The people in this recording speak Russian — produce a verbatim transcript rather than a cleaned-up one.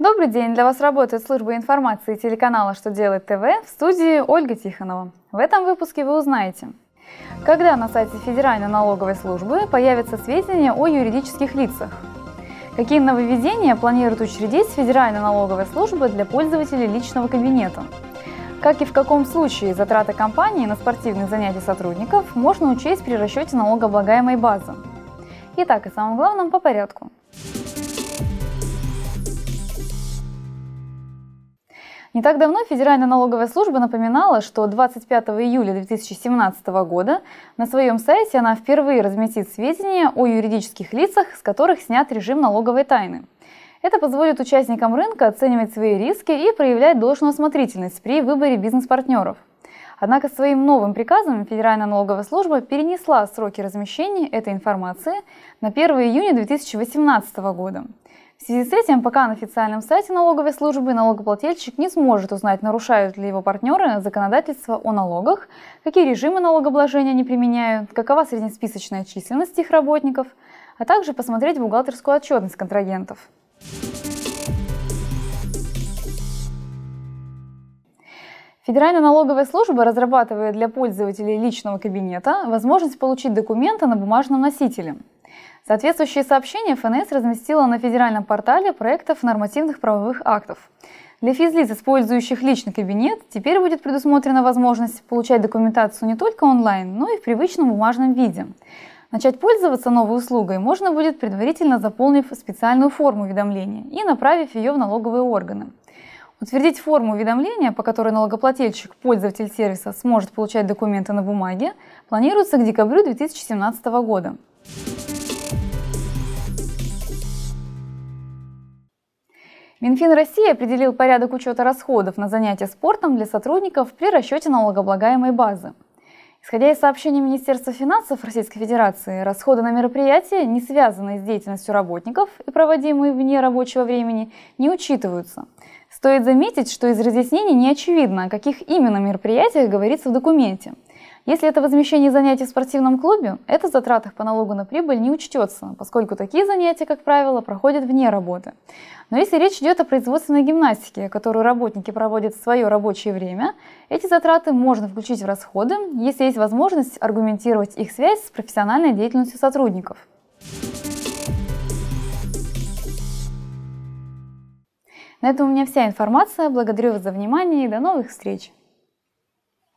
Добрый день! Для вас работает служба информации телеканала «Что делает ТВ», в студии Ольга Тихонова. В этом выпуске вы узнаете, когда на сайте Федеральной налоговой службы появятся сведения о юридических лицах, какие нововведения планирует учредить Федеральная налоговая служба для пользователей личного кабинета, как и в каком случае затраты компании на спортивные занятия сотрудников можно учесть при расчете налогооблагаемой базы. Итак, о самом главном по порядку. Не так давно Федеральная налоговая служба напоминала, что двадцать пятого июля две тысячи семнадцатого года на своем сайте она впервые разместит сведения о юридических лицах, с которых снят режим налоговой тайны. Это позволит участникам рынка оценивать свои риски и проявлять должную осмотрительность при выборе бизнес-партнеров. Однако своим новым приказом Федеральная налоговая служба перенесла сроки размещения этой информации на первое июня две тысячи восемнадцатого года. В связи с этим, пока на официальном сайте налоговой службы налогоплательщик не сможет узнать, нарушают ли его партнеры законодательство о налогах, какие режимы налогообложения они применяют, какова среднесписочная численность их работников, а также посмотреть бухгалтерскую отчетность контрагентов. Федеральная налоговая служба разрабатывает для пользователей личного кабинета возможность получить документы на бумажном носителе. Соответствующие сообщения эф эн эс разместила на федеральном портале проектов нормативных правовых актов. Для физлиц, использующих личный кабинет, теперь будет предусмотрена возможность получать документацию не только онлайн, но и в привычном бумажном виде. Начать пользоваться новой услугой можно будет, предварительно заполнив специальную форму уведомления и направив ее в налоговые органы. Утвердить форму уведомления, по которой налогоплательщик, пользователь сервиса, сможет получать документы на бумаге, планируется к декабрю две тысячи семнадцатого года. Минфин России определил порядок учета расходов на занятия спортом для сотрудников при расчете налогооблагаемой базы. Исходя из сообщений Министерства финансов Российской Федерации, расходы на мероприятия, не связанные с деятельностью работников и проводимые вне рабочего времени, не учитываются. Стоит заметить, что из разъяснений не очевидно, о каких именно мероприятиях говорится в документе. Если это возмещение занятий в спортивном клубе, это в затратах по налогу на прибыль не учтется, поскольку такие занятия, как правило, проходят вне работы. Но если речь идет о производственной гимнастике, которую работники проводят в свое рабочее время, эти затраты можно включить в расходы, если есть возможность аргументировать их связь с профессиональной деятельностью сотрудников. На этом у меня вся информация. Благодарю вас за внимание и до новых встреч!